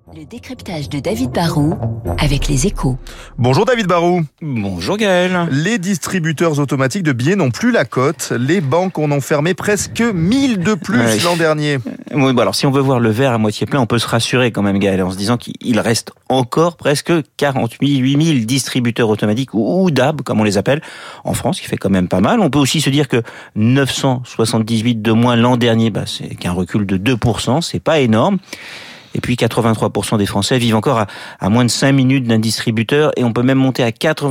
Le décryptage de David Barrault avec Les Échos. Bonjour David Barrault. Bonjour Gaël. Les distributeurs automatiques de billets n'ont plus la cote. Les banques en ont fermé presque 1000 de plus l'an dernier. Oui, alors si on veut voir le verre à moitié plein, on peut se rassurer quand même Gaël, en se disant qu'il reste encore presque 48 000 distributeurs automatiques ou DAB comme on les appelle en France, qui fait quand même pas mal. On peut aussi se dire que 978 de moins l'an dernier, c'est qu'un recul de 2%, c'est pas énorme. Et puis 83% des Français vivent encore à moins de 5 minutes d'un distributeur, et on peut même monter à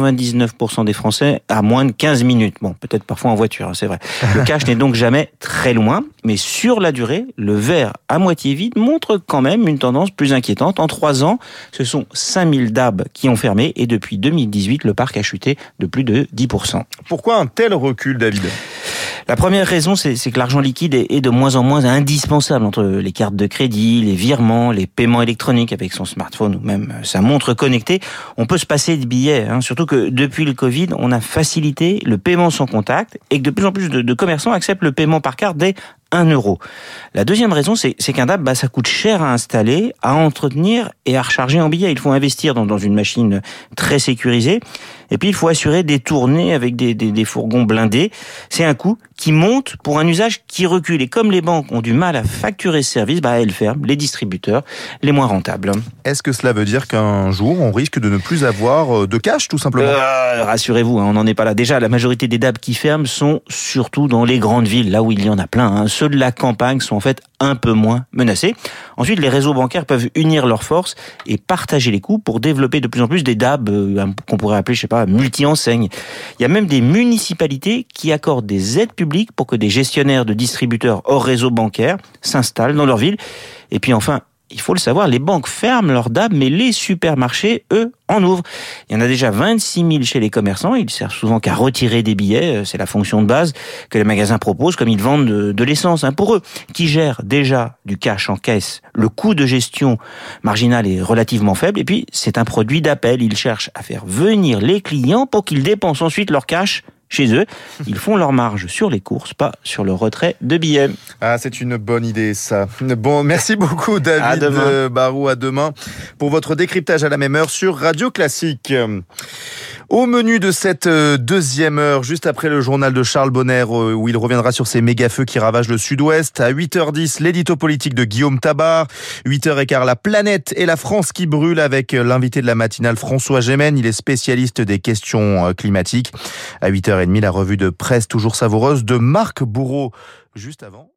99% des Français à moins de 15 minutes. Bon, peut-être parfois en voiture, c'est vrai. Le cash n'est donc jamais très loin, mais sur la durée, le verre à moitié vide montre quand même une tendance plus inquiétante. En 3 ans, ce sont 5000 DAB qui ont fermé, et depuis 2018, le parc a chuté de plus de 10%. Pourquoi un tel recul, David ? La première raison, c'est que l'argent liquide est de moins en moins indispensable entre les cartes de crédit, les virements, les paiements électroniques avec son smartphone ou même sa montre connectée. On peut se passer de billets, surtout que depuis le Covid, on a facilité le paiement sans contact et que de plus en plus de commerçants acceptent le paiement par carte dès 1 euro. La deuxième raison, c'est qu'un DAB, ça coûte cher à installer, à entretenir et à recharger en billets. Il faut investir dans une machine très sécurisée. Et puis, il faut assurer des tournées avec des fourgons blindés. C'est un coût qui monte pour un usage qui recule. Et comme les banques ont du mal à facturer ce service, elles ferment les distributeurs les moins rentables. Est-ce que cela veut dire qu'un jour, on risque de ne plus avoir de cash, tout simplement ? Rassurez-vous, on n'en est pas là. Déjà, la majorité des DAB qui ferment sont surtout dans les grandes villes, là où il y en a plein. Ceux de la campagne sont en fait un peu moins menacés. Ensuite, les réseaux bancaires peuvent unir leurs forces et partager les coûts pour développer de plus en plus des DAB qu'on pourrait appeler, multi-enseignes. Il y a même des municipalités qui accordent des aides publiques pour que des gestionnaires de distributeurs hors réseau bancaire s'installent dans leur ville. Et puis enfin, il faut le savoir, les banques ferment leurs DAB, mais les supermarchés, eux, en ouvrent. Il y en a déjà 26 000 chez les commerçants. Ils servent souvent qu'à retirer des billets. C'est la fonction de base que les magasins proposent, comme ils vendent de l'essence. Pour eux, qui gèrent déjà du cash en caisse, le coût de gestion marginal est relativement faible. Et puis, c'est un produit d'appel. Ils cherchent à faire venir les clients pour qu'ils dépensent ensuite leur cash chez eux. Ils font leur marge sur les courses, pas sur le retrait de billets. C'est une bonne idée, ça. Bon, merci beaucoup, David Barrault. À demain pour votre décryptage à la même heure sur Radio Classique. Au menu de cette deuxième heure, juste après le journal de Charles Bonner, où il reviendra sur ces méga-feux qui ravagent le sud-ouest. À 8h10, l'édito politique de Guillaume Tabar. 8h15, la planète et la France qui brûlent, avec l'invité de la matinale François Gémen. Il est spécialiste des questions climatiques. À 8h30, la revue de presse toujours savoureuse de Marc Bourreau. Juste avant...